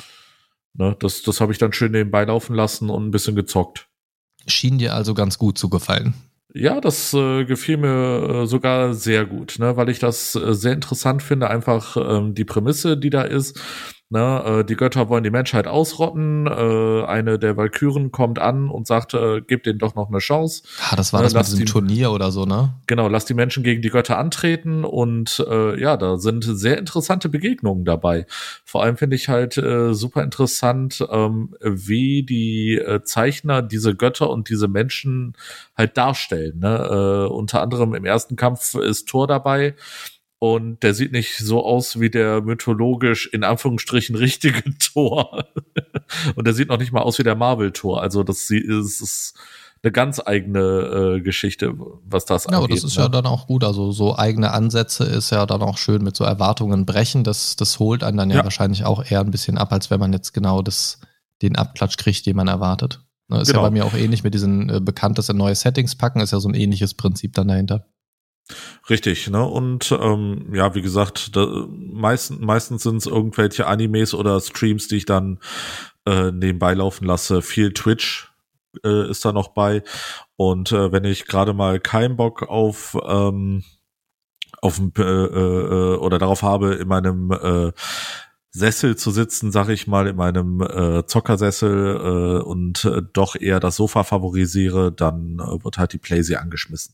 Ne? Das, das habe ich dann schön nebenbei laufen lassen und ein bisschen gezockt. Schien dir also ganz gut zu gefallen. Ja, das äh, gefiel mir äh, sogar sehr gut, ne, weil ich das äh, sehr interessant finde, einfach ähm, die Prämisse, die da ist. Ne, äh, die Götter wollen die Menschheit ausrotten. Äh, eine der Valkyren kommt an und sagt, äh, gebt denen doch noch eine Chance. Ah, das war Ne, das mit lass diesem die- Turnier oder so, ne? Genau, lass die Menschen gegen die Götter antreten und äh, ja, da sind sehr interessante Begegnungen dabei. Vor allem finde ich halt äh, super interessant, ähm, wie die äh, Zeichner diese Götter und diese Menschen halt darstellen. Ne? Äh, unter anderem im ersten Kampf ist Thor dabei und der sieht nicht so aus wie der mythologisch in Anführungsstrichen richtige Thor. Und der sieht noch nicht mal aus wie der Marvel-Thor. Also das sie- ist, ist eine ganz eigene äh, Geschichte, was das Ja, aber angeht. das ist ne? ja dann auch gut. Also so eigene Ansätze ist ja dann auch schön mit so Erwartungen brechen. Das, das holt einen dann ja, Ja. wahrscheinlich auch eher ein bisschen ab, als wenn man jetzt genau das, den Abklatsch kriegt, den man erwartet. Ne, ist Genau. ja bei mir auch ähnlich mit diesen äh, bekanntes in neue Settings packen, ist ja so ein ähnliches Prinzip dann dahinter. Richtig, ne? Und ähm, ja, wie gesagt, da, meistens meistens sind es irgendwelche Animes oder Streams, die ich dann äh, nebenbei laufen lasse. Viel Twitch äh, ist da noch bei. Und äh, wenn ich gerade mal keinen Bock auf ähm, auf äh, äh, oder darauf habe, in meinem äh, Sessel zu sitzen, sag ich mal, in meinem äh, Zockersessel äh, und äh, doch eher das Sofa favorisiere, dann äh, wird halt die Playsee angeschmissen.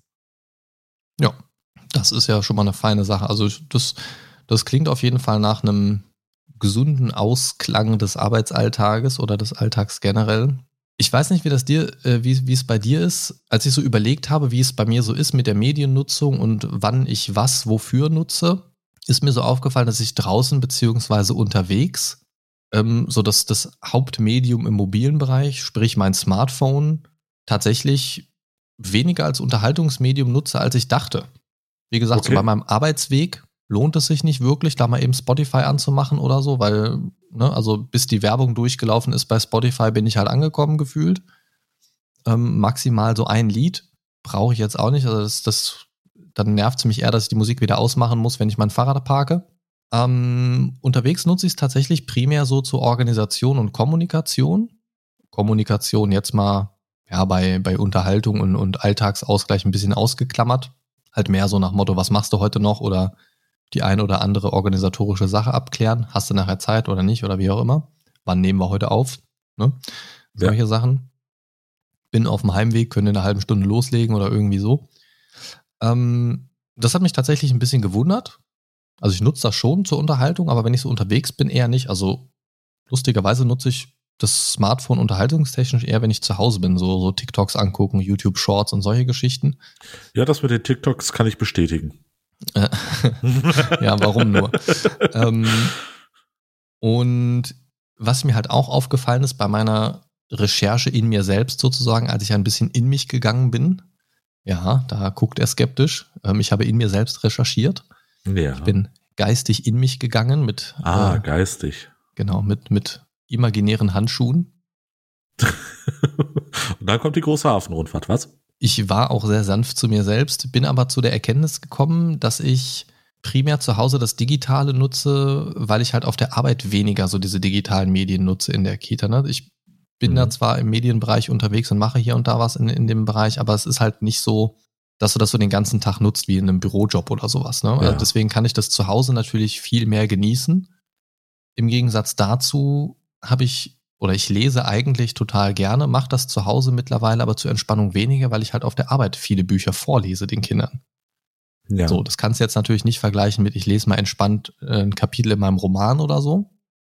Ja, das ist ja schon mal eine feine Sache. Also das, das klingt auf jeden Fall nach einem gesunden Ausklang des Arbeitsalltages oder des Alltags generell. Ich weiß nicht, wie das dir, äh, wie, wie es bei dir ist, als ich so überlegt habe, wie es bei mir so ist mit der Mediennutzung und wann ich was wofür nutze, ist mir so aufgefallen, dass ich draußen beziehungsweise unterwegs ähm, so dass das Hauptmedium im mobilen Bereich, sprich mein Smartphone, tatsächlich weniger als Unterhaltungsmedium nutze, als ich dachte. Wie gesagt, Okay. so bei meinem Arbeitsweg lohnt es sich nicht wirklich, da mal eben Spotify anzumachen oder so, weil, ne, also bis die Werbung durchgelaufen ist bei Spotify, bin ich halt angekommen gefühlt. Ähm, maximal so ein Lied brauche ich jetzt auch nicht, also das, das dann nervt es mich eher, dass ich die Musik wieder ausmachen muss, wenn ich mein Fahrrad parke. Ähm, unterwegs nutze ich es tatsächlich primär so zur Organisation und Kommunikation. Kommunikation jetzt mal ja bei, bei Unterhaltung und, und Alltagsausgleich ein bisschen ausgeklammert. Halt mehr so nach Motto, was machst du heute noch oder die eine oder andere organisatorische Sache abklären. Hast du nachher Zeit oder nicht oder wie auch immer. Wann nehmen wir heute auf? Ne? Solche ja. Sachen. Bin auf dem Heimweg, können in einer halben Stunde loslegen oder irgendwie so. Ähm, das hat mich tatsächlich ein bisschen gewundert. Also ich nutze das schon zur Unterhaltung, aber wenn ich so unterwegs bin, eher nicht. Also lustigerweise nutze ich das Smartphone unterhaltungstechnisch eher, wenn ich zu Hause bin. So, so TikToks angucken, YouTube Shorts und solche Geschichten. Ja, das mit den TikToks kann ich bestätigen. Ja, warum nur? ähm, und was mir halt auch aufgefallen ist bei meiner Recherche in mir selbst sozusagen, als ich ein bisschen in mich gegangen bin, ja, da guckt er skeptisch. Ähm, ich habe in mir selbst recherchiert. Ja. Ich bin geistig in mich gegangen mit Ah, äh, geistig. Genau, mit, mit imaginären Handschuhen. Und dann kommt die große Hafenrundfahrt, was? Ich war auch sehr sanft zu mir selbst, bin aber zu der Erkenntnis gekommen, dass ich primär zu Hause das Digitale nutze, weil ich halt auf der Arbeit weniger so diese digitalen Medien nutze in der Kita. Ne? Ich bin mhm. da zwar im Medienbereich unterwegs und mache hier und da was in, in dem Bereich, aber es ist halt nicht so, dass du das so den ganzen Tag nutzt wie in einem Bürojob oder sowas. Ne? Ja. Also deswegen kann ich das zu Hause natürlich viel mehr genießen. Im Gegensatz dazu habe ich, oder ich lese eigentlich total gerne, mache das zu Hause mittlerweile aber zur Entspannung weniger, weil ich halt auf der Arbeit viele Bücher vorlese den Kindern. Ja. So, das kannst du jetzt natürlich nicht vergleichen mit, ich lese mal entspannt ein Kapitel in meinem Roman oder so.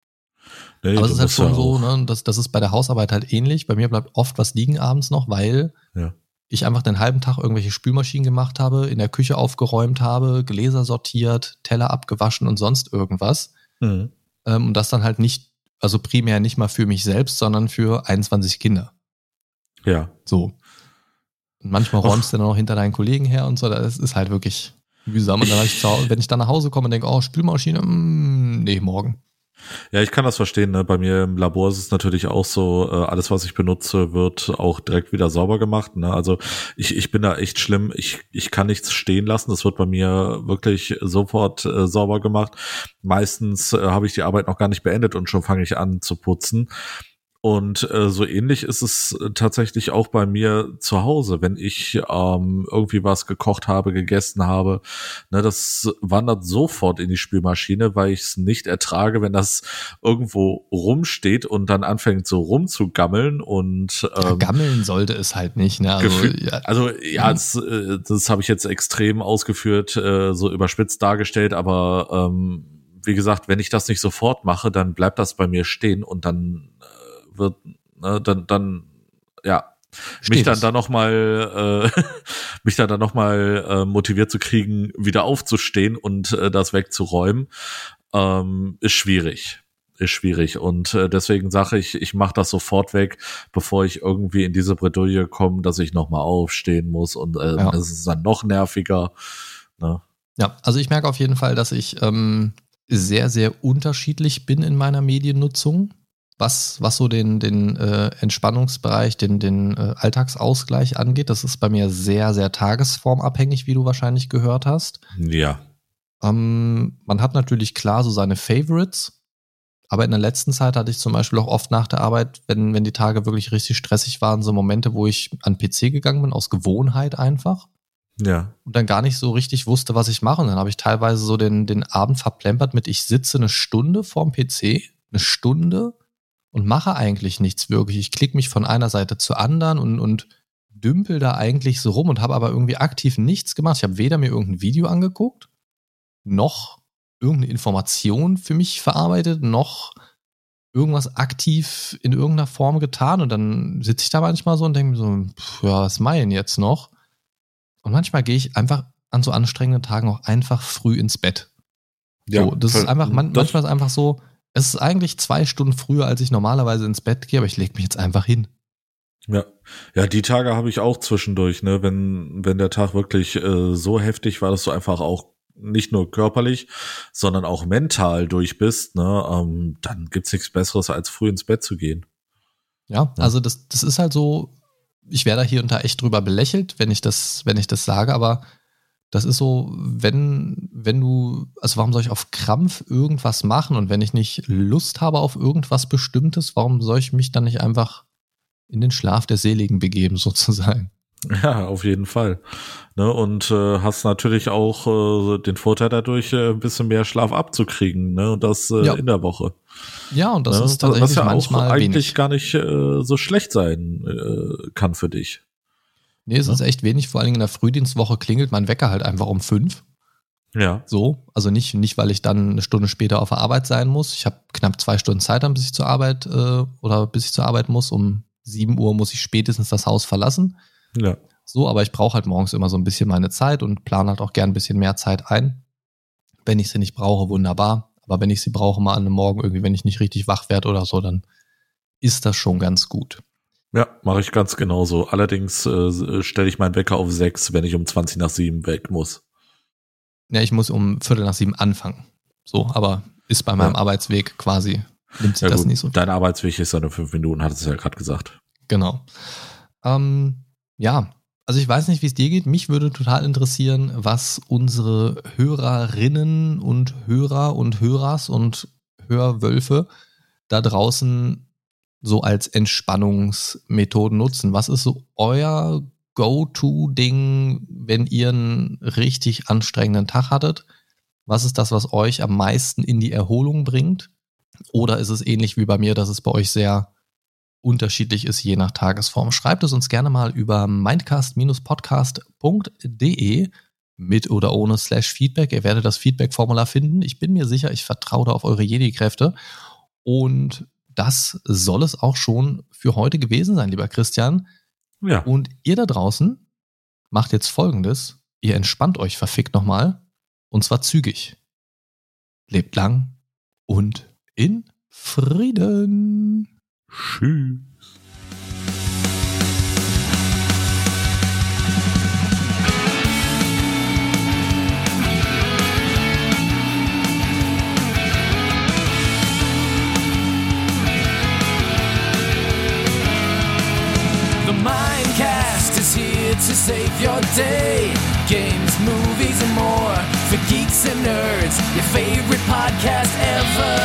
Nee, aber es ist halt schon ja so, ne, das, das ist bei der Hausarbeit halt ähnlich. Bei mir bleibt oft was liegen abends noch, weil ja. ich einfach den halben Tag irgendwelche Spülmaschinen gemacht habe, in der Küche aufgeräumt habe, Gläser sortiert, Teller abgewaschen und sonst irgendwas. Mhm. Und das dann halt nicht, also primär nicht mal für mich selbst, sondern für einundzwanzig Kinder. Ja. So. Und manchmal räumst du dann auch hinter deinen Kollegen her und so, das ist halt wirklich mühsam. Und dann ich zu Hause, wenn ich dann nach Hause komme und denke, oh, Spülmaschine, mh, nee, morgen. Ja, ich kann das verstehen. Ne? Bei mir im Labor ist es natürlich auch so, äh, alles, was ich benutze, wird auch direkt wieder sauber gemacht. Ne? Also ich, ich bin da echt schlimm. Ich, ich kann nichts stehen lassen. Das wird bei mir wirklich sofort äh, sauber gemacht. Meistens äh, habe ich die Arbeit noch gar nicht beendet und schon fange ich an zu putzen. Und äh, so ähnlich ist es tatsächlich auch bei mir zu Hause, wenn ich ähm, irgendwie was gekocht habe, gegessen habe. Ne, das wandert sofort in die Spülmaschine, weil ich es nicht ertrage, wenn das irgendwo rumsteht und dann anfängt so rumzugammeln. Und ähm, ja, gammeln sollte es halt nicht. Ne? Also Gefühl, ja, also, ja das, das habe ich jetzt extrem ausgeführt, äh, so überspitzt dargestellt, aber ähm, wie gesagt, wenn ich das nicht sofort mache, dann bleibt das bei mir stehen und dann wird, ne, dann, dann, ja, Steht mich dann es. da noch mal, äh, mich dann, dann noch mal äh, motiviert zu kriegen, wieder aufzustehen und äh, das wegzuräumen, ähm, ist schwierig, ist schwierig und äh, deswegen sage ich, ich mache das sofort weg, bevor ich irgendwie in diese Bredouille komme, dass ich noch mal aufstehen muss und äh, ja. das ist dann noch nerviger. Ne? Ja, also ich merke auf jeden Fall, dass ich ähm, sehr, sehr unterschiedlich bin in meiner Mediennutzung. was, was so den, den äh, Entspannungsbereich, den, den äh, Alltagsausgleich angeht. Das ist bei mir sehr, sehr tagesformabhängig, wie du wahrscheinlich gehört hast. Ja. Ähm, man hat natürlich klar so seine Favorites, aber in der letzten Zeit hatte ich zum Beispiel auch oft nach der Arbeit, wenn, wenn die Tage wirklich richtig stressig waren, so Momente, wo ich an den P C gegangen bin, aus Gewohnheit einfach. Ja. Und dann gar nicht so richtig wusste, was ich mache. Und dann habe ich teilweise so den, den Abend verplempert mit, ich sitze eine Stunde vorm P C, eine Stunde und mache eigentlich nichts wirklich. Ich klicke mich von einer Seite zur anderen und, und dümpel da eigentlich so rum und habe aber irgendwie aktiv nichts gemacht. Ich habe weder mir irgendein Video angeguckt, noch irgendeine Information für mich verarbeitet, noch irgendwas aktiv in irgendeiner Form getan. Und dann sitze ich da manchmal so und denke mir so, pff, ja, was mache ich denn jetzt noch? Und manchmal gehe ich einfach an so anstrengenden Tagen auch einfach früh ins Bett. Ja, so, das ist einfach, man, das manchmal ist einfach so, es ist eigentlich zwei Stunden früher, als ich normalerweise ins Bett gehe, aber ich lege mich jetzt einfach hin. Ja, ja, die Tage habe ich auch zwischendurch, ne, wenn wenn der Tag wirklich äh, so heftig war, dass du einfach auch nicht nur körperlich, sondern auch mental durch bist, ne, ähm, dann gibt's nichts Besseres, als früh ins Bett zu gehen. Ja, ja. also das das ist halt so, ich werde da hier und da echt drüber belächelt, wenn ich das wenn ich das sage, aber das ist so, wenn, wenn du, also warum soll ich auf Krampf irgendwas machen und wenn ich nicht Lust habe auf irgendwas Bestimmtes, warum soll ich mich dann nicht einfach in den Schlaf der Seligen begeben, sozusagen? Ja, auf jeden Fall. Ne, und äh, hast natürlich auch äh, den Vorteil dadurch, äh, ein bisschen mehr Schlaf abzukriegen, ne, und das äh, ja. in der Woche. Ja, und das ne? ist tatsächlich was ja manchmal auch eigentlich wenig. gar nicht äh, so schlecht sein äh, kann für dich. Nee, es ja? ist echt wenig, vor allen Dingen in der Frühdienstwoche klingelt mein Wecker halt einfach um fünf. Ja. So, also nicht, nicht, weil ich dann eine Stunde später auf der Arbeit sein muss. Ich habe knapp zwei Stunden Zeit, dann, bis ich zur Arbeit äh, oder bis ich zur Arbeit muss. Um sieben Uhr muss ich spätestens das Haus verlassen. Ja. So, aber ich brauche halt morgens immer so ein bisschen meine Zeit und plane halt auch gern ein bisschen mehr Zeit ein. Wenn ich sie nicht brauche, wunderbar. Aber wenn ich sie brauche, mal an einem Morgen irgendwie, wenn ich nicht richtig wach werde oder so, dann ist das schon ganz gut. Ja, mache ich ganz genauso. Allerdings äh, stelle ich meinen Wecker auf sechs, wenn ich um zwanzig nach sieben weg muss. Ja, ich muss um Viertel nach sieben anfangen. So, aber ist bei meinem ja. Arbeitsweg quasi, nimmt sich ja, das gut. nicht so. Dein Arbeitsweg ist ja nur fünf Minuten, hattest du ja gerade gesagt. Genau. Ähm, ja, also ich weiß nicht, wie es dir geht. Mich würde total interessieren, was unsere Hörerinnen und Hörer und Hörers und Hörwölfe da draußen so als Entspannungsmethoden nutzen. Was ist so euer Go-To-Ding, wenn ihr einen richtig anstrengenden Tag hattet? Was ist das, was euch am meisten in die Erholung bringt? Oder ist es ähnlich wie bei mir, dass es bei euch sehr unterschiedlich ist, je nach Tagesform? Schreibt es uns gerne mal über mindcast podcast punkt de mit oder ohne slash Feedback. Ihr werdet das Feedback-Formular finden. Ich bin mir sicher, ich vertraue da auf eure Jedi-Kräfte. Und das soll es auch schon für heute gewesen sein, lieber Christian. Ja. Und ihr da draußen macht jetzt Folgendes. Ihr entspannt euch verfickt nochmal. Und zwar zügig. Lebt lang und in Frieden. Tschüss. The Mindcast is here to save your day. Games, movies, and more for geeks and nerds. Your favorite podcast ever.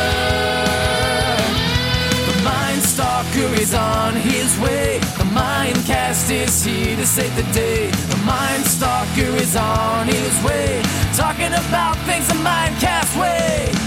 The Mindstalker is on his way. The Mindcast is here to save the day. The Mindstalker is on his way. Talking about things the Mindcast way.